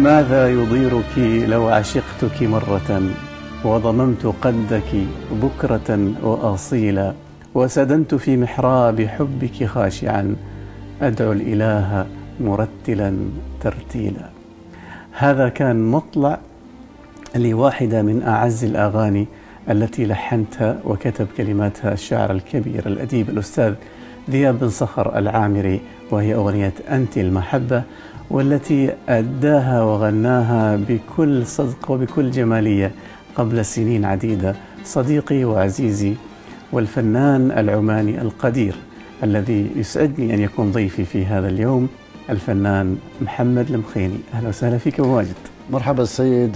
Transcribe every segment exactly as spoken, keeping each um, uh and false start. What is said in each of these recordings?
ماذا يضيرك لو عشقتك مرة وضممت قدك بكرة وأصيلا وسدنت في محراب حبك خاشعا أدعو الإله مرتلا ترتيلا. هذا كان مطلع لواحدة من أعز الأغاني التي لحنتها وكتب كلماتها الشاعر الكبير الأديب الأستاذ ذياب بن صخر العامري، وهي أغنية أنت المحبة، والتي أداها وغناها بكل صدق وبكل جمالية قبل سنين عديدة صديقي وعزيزي والفنان العماني القدير الذي يسعدني أن يكون ضيفي في هذا اليوم، الفنان محمد المخيني. أهلا وسهلا فيك أبو ماجد. مرحبا السيد،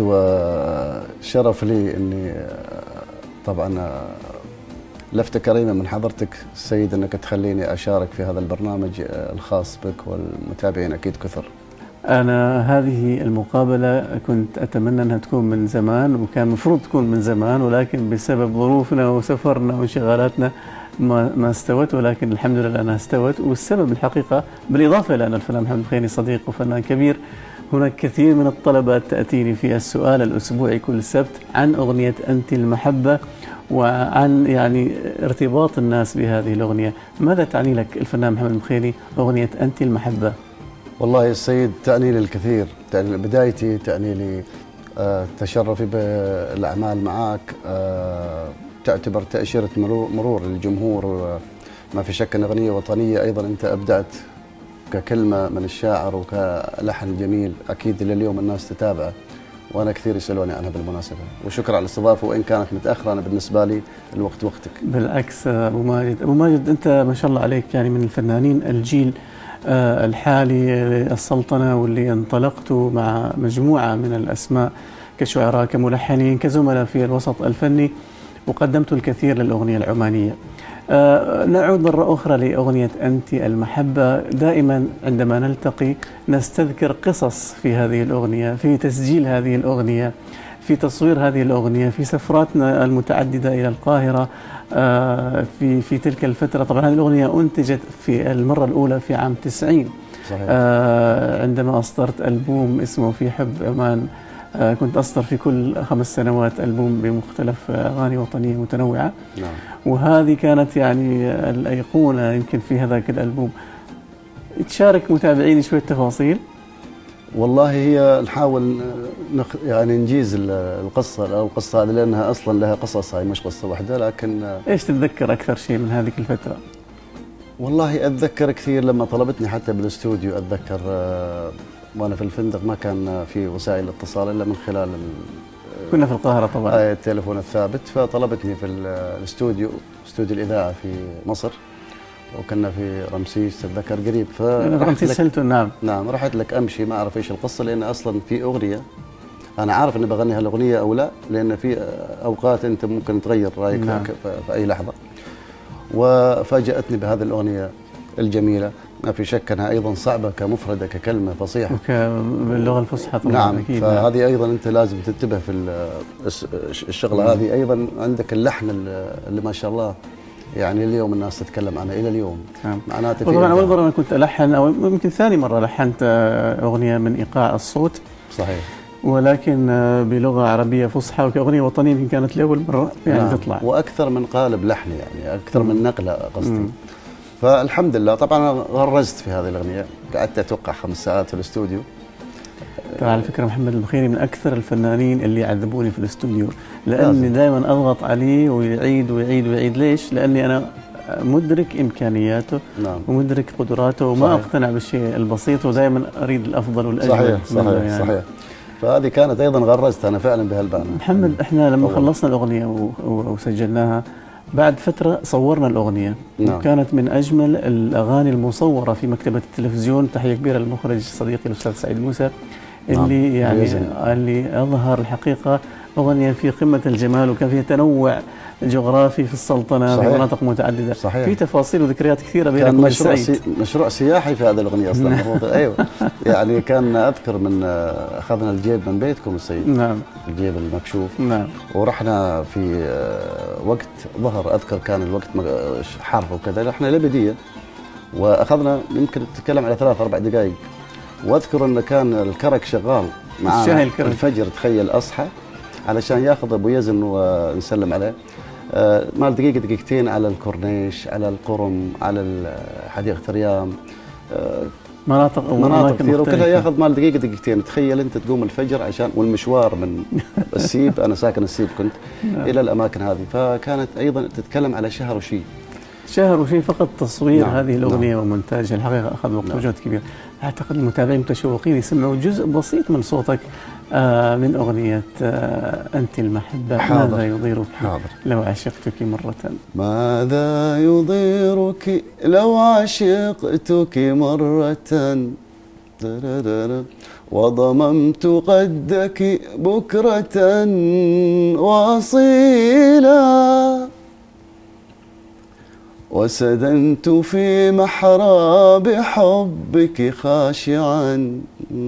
وشرف لي أني طبعا لفتة كريمة من حضرتك السيد أنك تخليني أشارك في هذا البرنامج الخاص بك والمتابعين أكيد كثر. أنا هذه المقابلة كنت أتمنى أنها تكون من زمان، وكان المفروض تكون من زمان، ولكن بسبب ظروفنا وسفرنا وانشغالاتنا ما ما استوت، ولكن الحمد لله أنها استوت. والسبب الحقيقة بالإضافة إلى أن الفنان محمد المخيني صديق وفنان كبير، هناك كثير من الطلبات تأتيني في السؤال الأسبوعي كل سبت عن أغنية أنت المحبة وعن يعني ارتباط الناس بهذه الأغنية. ماذا تعني لك الفنان محمد المخيني أغنية أنت المحبة؟ والله يا السيد تعني لي الكثير. تعني بدايتي، تعني لي آه تشرفي بالأعمال معك، آه تعتبر تأشيرة مرور للجمهور، وما في شك أن أغنية وطنية أيضا أنت أبدعت ككلمة من الشاعر وكلحن جميل، أكيد لليوم الناس تتابعه، وأنا كثير يسألوني عنها بالمناسبة. وشكرا على الاستضافة، وإن كانت متأخرة أنا بالنسبة لي الوقت وقتك. بالعكس أبو ماجد. أبو ماجد أنت ما شاء الله عليك يعني من الفنانين الجيل آه الحالي السلطنة، واللي انطلقتوا مع مجموعة من الأسماء كشعراء كملحنين كزملاء في الوسط الفني، وقدمتوا الكثير للأغنية العمانية. آه نعود مرة أخرى لأغنية أنت المحبة. دائما عندما نلتقي نستذكر قصص في هذه الأغنية، في تسجيل هذه الأغنية، في تصوير هذه الأغنية، في سفراتنا المتعددة إلى القاهرة آه في في تلك الفترة. طبعا هذه الأغنية أنتجت في المرة الأولى في عام تسعين. صحيح. آه عندما أصدرت ألبوم اسمه في حب عمان. آه كنت أصدر في كل خمس سنوات ألبوم بمختلف أغاني وطنية متنوعة. نعم. وهذه كانت يعني الأيقونة يمكن في هذاك الألبوم. تشارك متابعيني شوية تفاصيل. والله هي نحاول نخ يعني نجيز القصة أو القصة هذه، لأنها أصلا لها قصص، هاي مش قصة واحدة. لكن إيش تتذكر أكثر شيء من هذه الفترة؟ والله أتذكر كثير لما طلبتني حتى بالاستوديو. أتذكر وأنا في الفندق ما كان في وسائل الاتصال إلا من خلال كنا في القاهرة طبعا التليفون الثابت، فطلبتني في الاستوديو، استوديو الإذاعة في مصر، وكنا في رمسيس أتذكر قريب. ف رمسيس هيلتون. نعم نعم. رحت لك أمشي ما أعرف إيش القصة، لأن أصلا في أغنية أنا عارف إني بغني هالأغنية أو لا، لأن في أوقات أنت ممكن تغير رأيك. نعم. في أي لحظة. وفاجأتني بهذه الأغنية الجميلة، ما في شك أنها أيضا صعبة كمفردة ككلمة فصيحة باللغة الفصحى طبعا. نعم. أكيد. فهذه أيضا أنت لازم تنتبه في الشغلة هذه. أيضا عندك اللحن اللي ما شاء الله يعني اليوم الناس تتكلم عنه إلى اليوم. نعم. معناته طبعا أول مرة أنا كنت ألحن، أو يمكن ثاني مرة لحنت أغنية من إيقاع الصوت. صحيح. ولكن بلغة عربية فصحى وكأغنية وطنية، يمكن كانت لأول مرة يعني. نعم. تطلع وأكثر من قالب لحن، يعني أكثر من نقلة قصدي. فالحمد لله. طبعا غرزت في هذه الأغنية، قعدت أتوقع خمس ساعات في الاستوديو. ترى على فكرة محمد المخيني من أكثر الفنانين اللي يعذبوني في الاستوديو، لأني دائما أضغط عليه ويعيد ويعيد ويعيد. ليش؟ لأني أنا مدرك إمكانياته. نعم. ومدرك قدراته، وما صحيح. أقتنع بالشيء البسيط، ودائما أريد الأفضل والأجمل. صحيح صحيح يعني. صحيح. فهذه كانت أيضا غرزت أنا فعلا بهالبان. محمد إحنا لما طبعا. خلصنا الأغنية وسجلناها بعد فترة صورنا الأغنية. نعم. وكانت من أجمل الأغاني المصورة في مكتبة التلفزيون. تحية كبيرة للمخرج صديقي الأستاذ سعيد موسى اللي نعم. يعني يزن. اللي أظهر الحقيقة أغنية في قمة الجمال، وكان فيها تنوع جغرافي في السلطنة. صحيح. في مناطق متعددة. صحيح. في تفاصيل وذكريات كثيرة بينك وبين مشروع سعيد. سي مشروع سياحي في هذه الأغنية أصلا. أيوة يعني كان أذكر من أخذنا الجيب من بيتكم السيد. نعم. الجيب المكشوف. نعم. ورحنا في وقت ظهر، أذكر كان الوقت حر وكذا، رحنا لبدية وأخذنا يمكن تتكلم على ثلاث أربع دقائق، واذكر ان كان الكرك شغال معانا الشاي الكرك. الفجر تخيل اصحى علشان ياخذ ابو يزن ونسلم عليه. آه مال دقيقه دقيقتين على الكورنيش، على القرم، على حديقه الريام، آه مناطق مناطق كثيره وكلها ياخذ مال دقيقه دقيقتين. تخيل انت تقوم الفجر عشان، والمشوار من السيب، انا ساكن السيب كنت الى الاماكن هذه، فكانت ايضا تتكلم على شهر وشي. شهر وشي فقط تصوير نعم. هذه الاغنيه نعم. ومونتاجها الحقيقه اخذ وقت وجهد نعم. كبير. اعتقد المتابعين متشوقين يسمعوا جزء بسيط من صوتك آه من اغنيه آه انت المحبه. حاضر. ماذا يضيرك حاضر. لو عشقتك مره؟ ماذا يضيرك لو عشقتك مره وضممت قدك بكره واصيلا وسدنت في محراب حبك خاشعا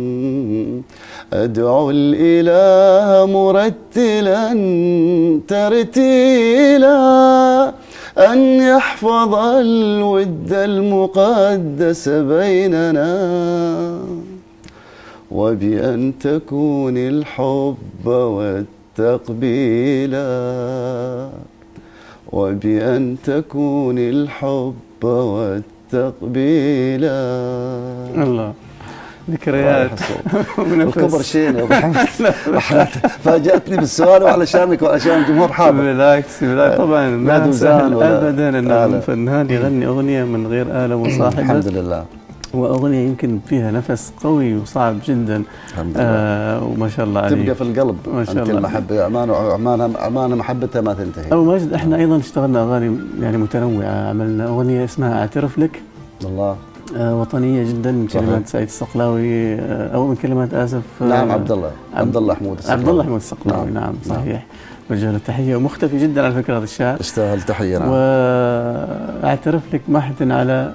أدعو الإله مرتلا ترتيلا أن يحفظ الود المقدس بيننا وبأن تكون الحب والتقبيلا وبأن تكون الحب والتقبيلا. الله ذكريات الكبر شين يا ابو حمد. فاجأتني بالسؤال وعلشانك وعلشان الجمهور حاضر. بالعكس بالعكس طبعا ما سهل ابدا ان الفنان يغني اغنيه من غير آلة مصاحبه. الحمد لله. واغنيه يمكن فيها نفس قوي وصعب جدا. الحمد لله. آه وما شاء الله عليك. تبقى في القلب. ما شاء الله. المحبه امانه امانه امانه محبتها ما تنتهي. ابو ماجد احنا ايضا اشتغلنا اغاني يعني متنوعه. عملنا اغنيه اسمها اعترف لك. الله. آه وطنيه جدا من كلمات سعيد الصقلاوي آه او من كلمات اسف آه نعم عبد الله عبد الله حمود الصقلاوي. عبد الله حمود الصقلاوي. نعم, نعم صحيح. وجه له التحيه ومختفي جدا على فكره هذا الشاعر. يستاهل تحيه. نعم. واعترف لك ما حد على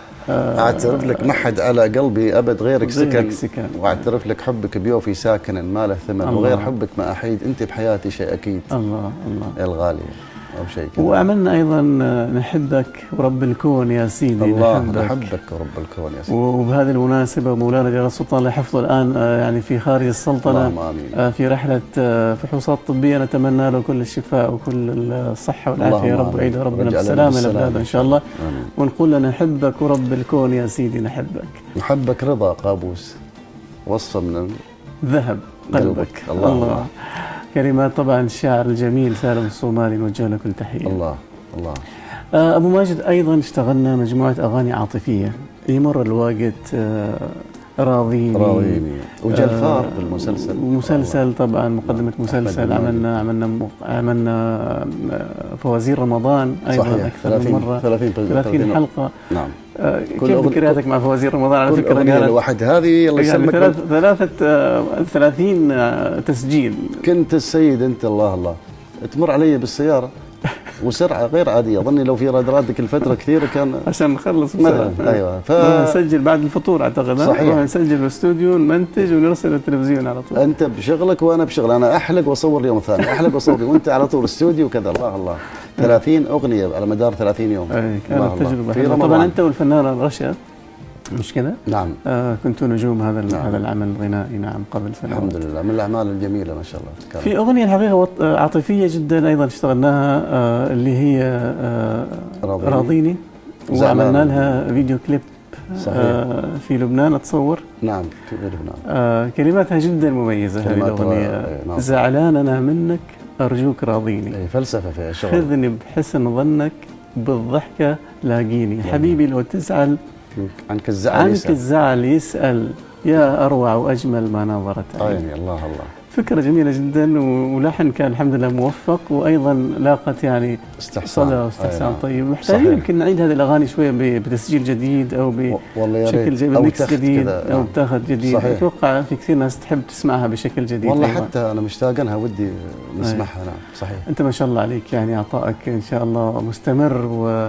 اعترف لك ما حد على قلبي ابد غيرك سكن, سكن. واعترف لك حبك بيوفي ساكن ما له ثمن وغير حبك ما احيد انت بحياتي شيء اكيد. الله الله يا الغالي او شيء كذا. وعملنا ايضا نحبك ورب الكون يا سيدي. الله نحبك, نحبك ورب الكون يا سيدي. وبهذه المناسبه مولانا جلال السلطان الله يحفظه الان يعني في خارج السلطنه في رحله فحوصات طبيه نتمنى له كل الشفاء وكل الصحه والعافيه يا رب وعيد ربنا بالسلامه لبلاده ان شاء الله. آمين. ونقول له نحبك ورب الكون يا سيدي نحبك. نحبك رضا قابوس وصفه من ذهب قلبك, قلبك. الله, الله. كلمات طبعا الشاعر الجميل سالم الصومالي نوجه له كل تحيه. الله الله. ابو ماجد ايضا اشتغلنا مجموعه اغاني عاطفيه. يمر الوقت آه راضيني راضيني وجلفار آه بالمسلسل ومسلسل طبعا مقدمه مسلسل عملنا عملنا عملنا فوازير رمضان ايضا صحيح. اكثر من مره ثلاثين حلقه. نعم. آه كيف ذكرياتك مع فوازير رمضان على فكره؟ كانت الواحد هذه الله يسلمك يعني ثلاثه آه ثلاثين آه تسجيل. كنت السيد انت الله الله تمر علي بالسياره وسرعه غير عاديه. اظني لو في رادارات ذيك الفتره كثيره كان عشان نخلص مثلا. ايوه ف نسجل بعد الفطور اعتقد. صحيح. نسجل بالاستوديو نمنتج ونرسل التلفزيون على طول. انت بشغلك وانا بشغل. انا احلق واصور اليوم الثاني احلق واصور وانت على طول استوديو وكذا. الله الله ثلاثين اغنيه على مدار ثلاثين يوم. اي كانت تجربه. طبعا انت والفنانه رشا مش كذا؟ نعم. آه كنتوا نجوم هذا نعم. هذا العمل الغنائي نعم قبل سنوات. الحمد لله من الاعمال الجميله ما شاء الله. كانت. في اغنيه الحقيقه عاطفيه جدا ايضا اشتغلناها آه اللي هي آه راضيني, راضيني وعملنا لها فيديو كليب. صحيح. آه في لبنان اتصور. نعم في لبنان. آه كلماتها جدا مميزه هذه الاغنيه. نعم. زعلان انا منك ارجوك راضيني. اي فلسفه فيها شغل. خذني بحسن ظنك بالضحكه لاقيني. حبيبي لو تزعل عنك الزعل عنك يسأل. الزعل يسأل يا أروع وأجمل ما نظرت عيني. الله الله. فكرة جميلة جدا ولحن كان الحمد لله موفق وأيضا لاقت يعني استحسان. صدى واستحسان طيب. محتاجين يمكن نعيد هذه الأغاني شوية بتسجيل جديد أو بشكل جديد بميكس جديد أو بتاخذ جديد. صحيح. أتوقع في كثير ناس تحب تسمعها بشكل جديد. والله أيضا. حتى أنا مشتاق لها ودي نسمعها. نعم صحيح. أنت ما شاء الله عليك يعني عطائك إن شاء الله مستمر و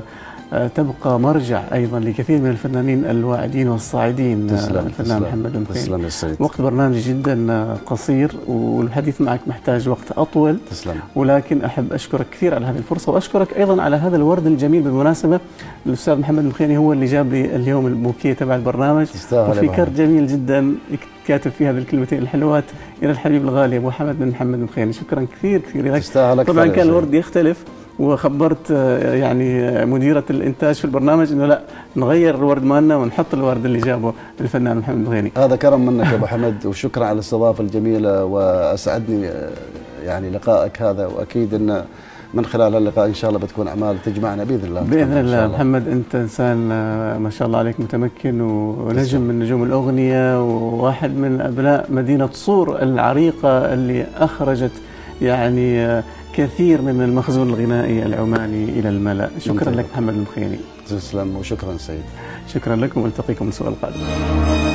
تبقى مرجع أيضا لكثير من الفنانين الواعدين والصاعدين. تسلم الفنان تسلم محمد المخيني. تسلم يا سيد. وقت برنامجي جدا قصير والحديث معك محتاج وقت أطول. تسلم. ولكن أحب أشكرك كثير على هذه الفرصة، وأشكرك أيضا على هذا الورد الجميل. بالمناسبة الأستاذ محمد المخيني هو اللي جاب لي اليوم البوكيه تبع البرنامج، وفي كرت جميل جدا كاتب فيه هذه الكلمتين الحلوات: إلى الحبيب الغالي أبو حمد بن محمد المخيني. شكرا كثير كثير لك. طبعا كان الورد يختلف، وخبرت يعني مديرة الإنتاج في البرنامج إنه لا، نغير الورد مالنا ونحط الورد اللي جابه الفنان محمد المخيني. هذا كرم منك يا أبو حمد، وشكرا على الاستضافة الجميلة، وأسعدني يعني لقائك هذا، وأكيد أن من خلال اللقاء إن شاء الله بتكون أعمال تجمعنا بإذن الله. بإذن الله. محمد أنت إنسان ما شاء الله عليك متمكن، ونجم من نجوم الأغنية، وواحد من أبناء مدينة صور العريقة اللي أخرجت يعني كثير من المخزون الغنائي العماني إلى الملأ. شكرا لك محمد المخيني. تسلم وشكرا سيد. شكرا لكم، والتقيكم الأسبوع القادم.